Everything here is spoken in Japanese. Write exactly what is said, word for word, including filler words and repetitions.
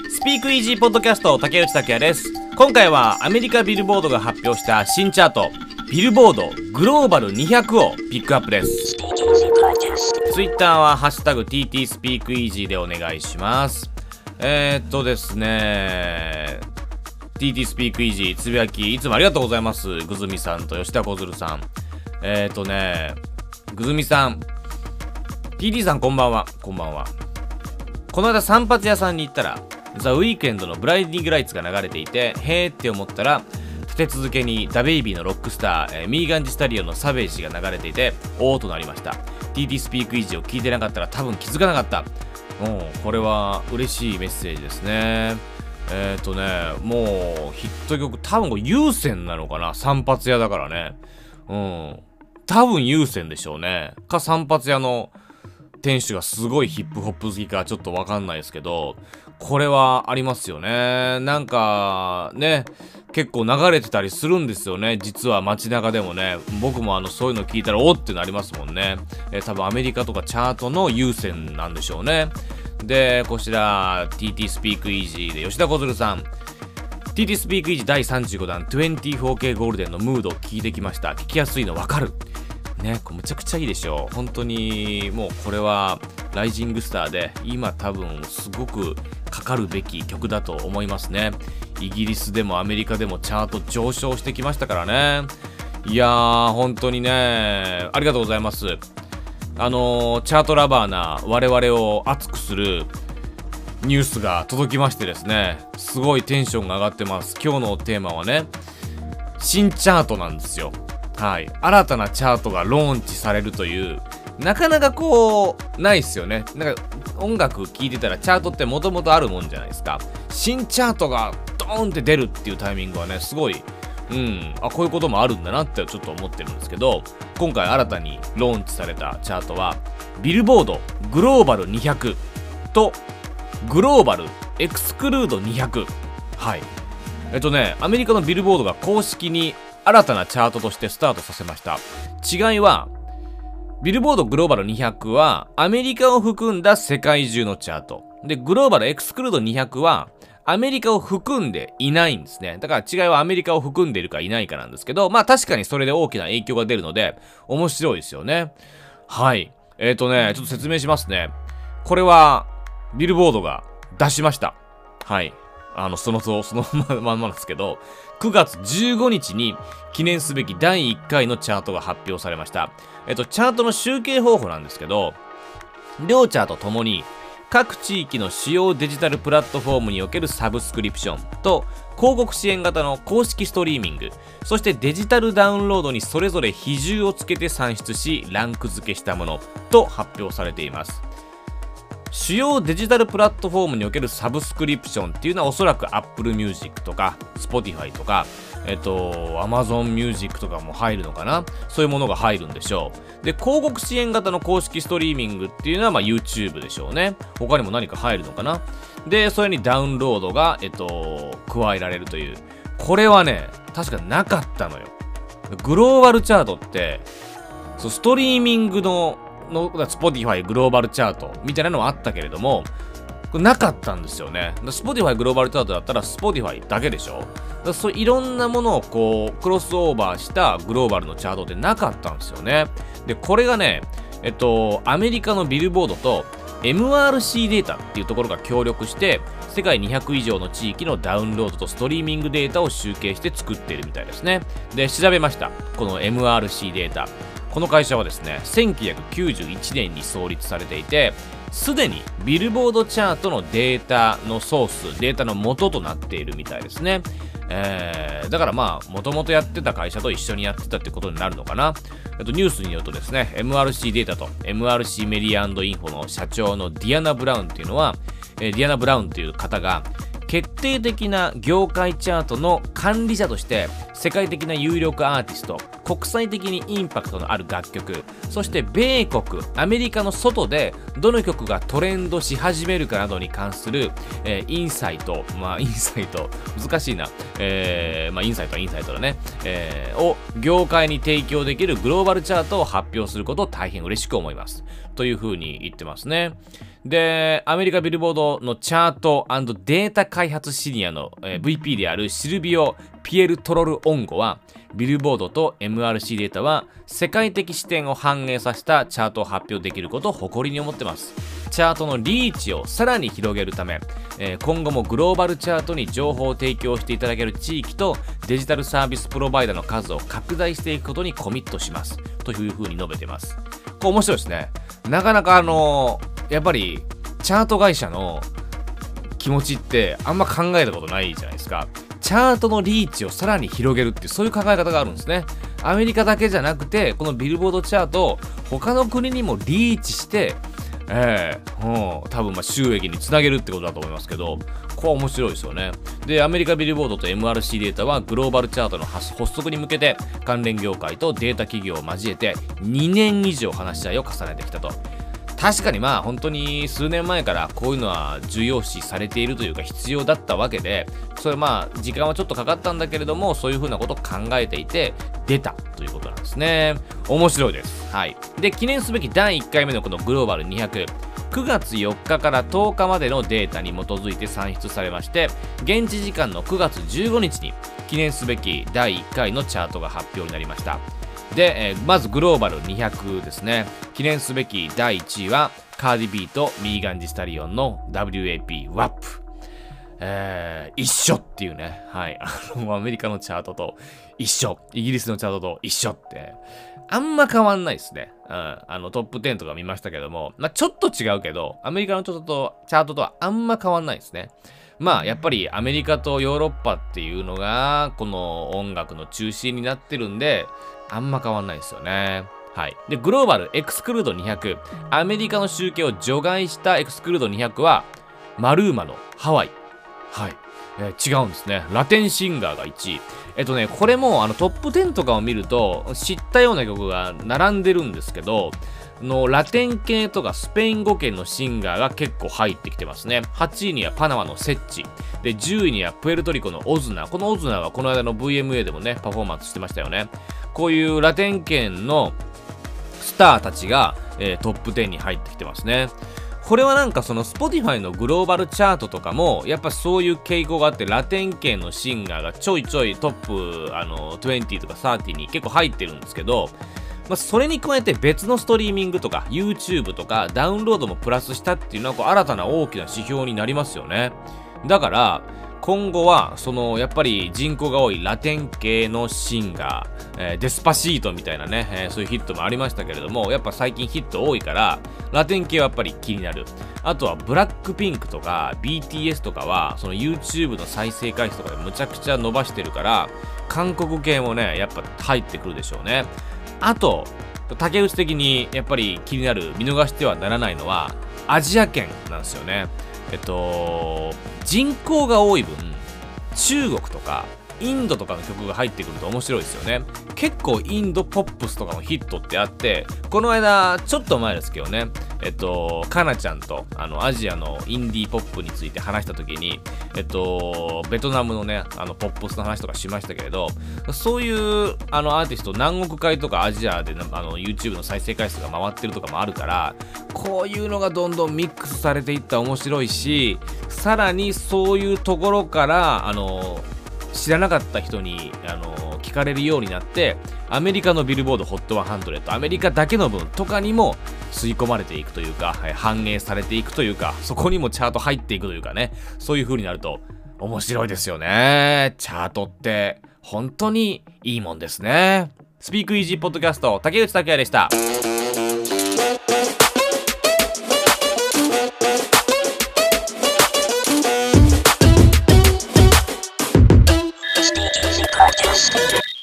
スピークイージーポッドキャスト竹内拓也です。今回はアメリカビルボードが発表した新チャートビルボードグローバルにひゃくをピックアップです。ツイッターはハッシュタグ ティーティー スピークイージーでお願いします。えー、っとですね ティーティー スピークイージーつぶやきいつもありがとうございます。ぐずみさんと吉田小鶴さん。えー、っとねぐずみさん ティーティー さんこんばんは。こんばんは。この間散髪屋さんに行ったらザ・ウィークエンドのブライディングライツが流れていて、へーって思ったら立て続けにダベイビーのロックスター、えー、ミーガンジスタリオンのサベージが流れていて、おーとなりました。 ティーティー スピークイージーを聞いてなかったら多分気づかなかった。もうこれは嬉しいメッセージですね。えっ、ー、とねもうヒット曲多分これ有線なのかな。散髪屋だからね。うん多分有線でしょうね。か散髪屋の店主がすごいヒップホップ好きかちょっとわかんないですけど、これはありますよね。なんかね結構流れてたりするんですよね。実は街中でもね、僕もあのそういうの聞いたらおってなりますもんね。えー、多分アメリカとかチャートの優先なんでしょうね。でこちら ティーティー スピークイージーで吉田小鶴さん、 ティーティー スピークイージーだいさんじゅうごだん にじゅうよんケー ゴールデンのムードを聞いてきました。聞きやすいの分かるね。これむちゃくちゃいいでしょ。本当にもうこれはライジングスターで今多分すごくかかるべき曲だと思いますね。イギリスでもアメリカでもチャート上昇してきましたからね。いやー本当にねありがとうございます。あのー、チャートラバーな我々を熱くするニュースが届きましてですね、すごいテンションが上がってます。今日のテーマはね新チャートなんですよ。はい、新たなチャートがローンチされるというなかなかこうないっすよね。なんか音楽聴いてたらチャートってもともとあるもんじゃないですか。新チャートがドーンって出るっていうタイミングはねすごいうんあこういうこともあるんだなってちょっと思ってるんですけど、今回新たにローンチされたチャートはビルボードグローバルにひゃくとグローバルエクスクルードにひゃく。はいえっとねアメリカのビルボードが公式に新たなチャートとしてスタートさせました。違いはビルボードグローバルにひゃくはアメリカを含んだ世界中のチャートで、グローバルエクスクルードにひゃくはアメリカを含んでいないんですね。だから違いはアメリカを含んでいるかいないかなんですけど、まあ確かにそれで大きな影響が出るので面白いですよね。はいえーとねちょっと説明しますね。これはビルボードが出しました。はいあのそのそのまんまなんですけど、くがつじゅうごにちに記念すべきだいいっかいのチャートが発表されました。えっとチャートの集計方法なんですけど、両チャートともに各地域の主要デジタルプラットフォームにおけるサブスクリプションと広告支援型の公式ストリーミング、そしてデジタルダウンロードにそれぞれ比重をつけて算出しランク付けしたものと発表されています。主要デジタルプラットフォームにおけるサブスクリプションっていうのはおそらく Apple Music とか Spotify とかえっと Amazon Music とかも入るのかな。そういうものが入るんでしょう。で広告支援型の公式ストリーミングっていうのはまあ YouTube でしょうね。他にも何か入るのかな。でそれにダウンロードがえっと加えられるという、これはね確かなかったのよ。グローバルチャートってそうストリーミングのの Spotify グローバルチャートみたいなのはあったけれどもこれなかったんですよね。Spotify グローバルチャートだったら Spotify だけでしょ。だからそういろんなものをこうクロスオーバーしたグローバルのチャートってなかったんですよね。でこれがねえっとアメリカのビルボードと エムアールシー データっていうところが協力して世界にひゃくいじょうの地域のダウンロードとストリーミングデータを集計して作っているみたいですね。で調べました。この エムアールシー データ、この会社はですねせんきゅうひゃくきゅうじゅういちねんに創立されていて、すでにビルボードチャートのデータのソース、データの元となっているみたいですね。えー、だからまあもともとやってた会社と一緒にやってたってことになるのかな。えっとニュースによるとですね エムアールシー データと エムアールシー メディア&インフォの社長のディアナ・ブラウンっていうのは、えー、ディアナ・ブラウンっていう方が決定的な業界チャートの管理者として世界的な有力アーティスト、国際的にインパクトのある楽曲、そして米国、アメリカの外でどの曲がトレンドし始めるかなどに関する、えー、インサイト、まあインサイト難しいな、えー、まあインサイトはインサイトだね、えー、を業界に提供できるグローバルチャートを発表することを大変嬉しく思いますというふうに言ってますね。 で、アメリカビルボードのチャート&データ開発シニアの、えー、ブイピー であるシルビオ・ピエルトロル・オンゴは、ビルボードと エムアールシー データは世界的視点を反映させたチャートを発表できることを誇りに思ってます。チャートのリーチをさらに広げるため、えー、今後もグローバルチャートに情報を提供していただける地域とデジタルサービスプロバイダーの数を拡大していくことにコミットしますというふうに述べてます。これ面白いですね。なかなかあのー、やっぱりチャート会社の気持ちってあんま考えたことないじゃないですか。チャートのリーチをさらに広げるっていうそういう考え方があるんですね。アメリカだけじゃなくてこのビルボードチャートを他の国にもリーチしてええー、うん、多分まあ収益につなげるってことだと思いますけど、これは面白いですよね。で、アメリカビルボードと エムアールシー データはグローバルチャートの発足に向けて関連業界とデータ企業を交えてにねん以上話し合いを重ねてきたと。確かにまあ本当に数年前からこういうのは重要視されているというか必要だったわけで、それまあ時間はちょっとかかったんだけれども、そういう風なことを考えていて出たということなんですね。面白いです。はい。で、記念すべきだいいっかいめのこのグローバルにひゃく、くがつよっかからとおかまでのデータに基づいて算出されまして、現地時間のくがつじゅうごにちに記念すべきだいいっかいのチャートが発表になりました。で、えー、まずグローバルにひゃくですね。記念すべきだいいちいはカーディビーとミーガン・ジスタリオンの ダブリューエーピー ワップ。えー、一緒っていうね。はい。あの、アメリカのチャートと一緒。イギリスのチャートと一緒って。あんま変わんないですね。うん。あの、トップじゅうとか見ましたけども、まあ、ちょっと違うけど、アメリカのチャートと、チャートとはあんま変わんないですね。まあ、やっぱりアメリカとヨーロッパっていうのが、この音楽の中心になってるんで、あんま変わんないですよね。はい。で、グローバルエクスクルードにひゃく。アメリカの集計を除外したエクスクルードにひゃくは、マルーマのハワイ。はい。えー、違うんですね。ラテンシンガーがいちい。えっとね、これもあのトップじゅうとかを見ると、知ったような曲が並んでるんですけど、のラテン系とかスペイン語圏のシンガーが結構入ってきてますね。はちいにはパナマのセッチ。で、じゅういにはプエルトリコのオズナ。このオズナはこの間の ブイエムエー でもね、パフォーマンスしてましたよね。こういうラテン圏のスターたちが、えー、トップじゅうに入ってきてますね。これはなんかその Spotify のグローバルチャートとかもやっぱそういう傾向があって、ラテン系のシンガーがちょいちょいトップあのにじゅうとかさんじゅうに結構入ってるんですけど、まあ、それに加えて別のストリーミングとか YouTube とかダウンロードもプラスしたっていうのはこう新たな大きな指標になりますよね。だから今後はそのやっぱり人口が多いラテン系のシンガー、えー、デスパシートみたいなね、えー、そういうヒットもありましたけれども、やっぱ最近ヒット多いからラテン系はやっぱり気になる。あとはブラックピンクとか ビーティーエス とかはその YouTube の再生回数とかでむちゃくちゃ伸ばしてるから、韓国系もねやっぱ入ってくるでしょうね。あと竹内的にやっぱり気になる、見逃してはならないのはアジア圏なんですよね。えっと人口が多い分中国とかインドとかの曲が入ってくると面白いですよね。結構インドポップスとかのヒットってあって、この間ちょっと前ですけどね、えっとかなちゃんとあのアジアのインディーポップについて話した時に、えっとベトナムのねあのポップスの話とかしましたけれど、そういうあのアーティスト南国会とかアジアであの YouTube の再生回数が回ってるとかもあるから、こういうのがどんどんミックスされていったら面白いし、さらにそういうところからあの知らなかった人に、あのー、聞かれるようになって、アメリカのビルボード ホットひゃく、アメリカだけの分とかにも吸い込まれていくというか、はい、反映されていくというか、そこにもチャート入っていくというかね、そういう風になると面白いですよね。チャートって本当にいいもんですね。スピークイージーポッドキャスト、竹内拓也でした。Podcast.